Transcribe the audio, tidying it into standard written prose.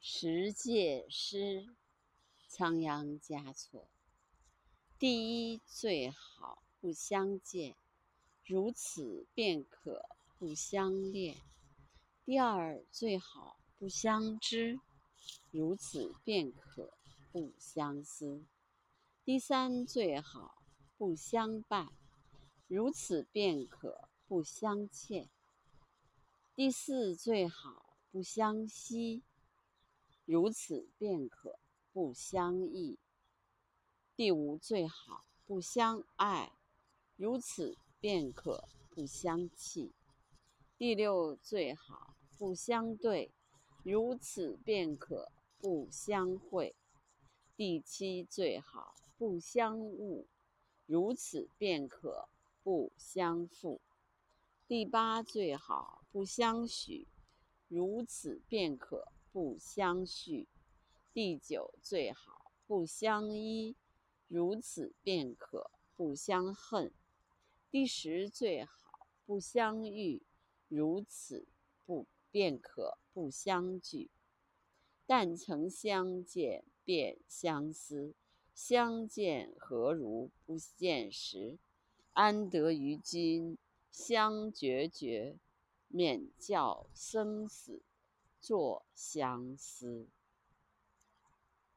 十戒诗，仓央嘉措。第一最好不相见，如此便可不相恋。第二最好不相知，如此便可不相思。第三最好不相伴，如此便可不相欠。第四最好不相惜，如此便可不相忆。第五最好不相爱，如此便可不相弃。第六最好不相对，如此便可不相会。第七最好不相误，如此便可不相负。第八最好不相许，如此便可不相续。第九最好不相依，如此便可不相恨。第十最好不相遇，如此便可不相聚。但曾相见便相思，相见何如不见时。安得与君相决绝，免教生死作相思。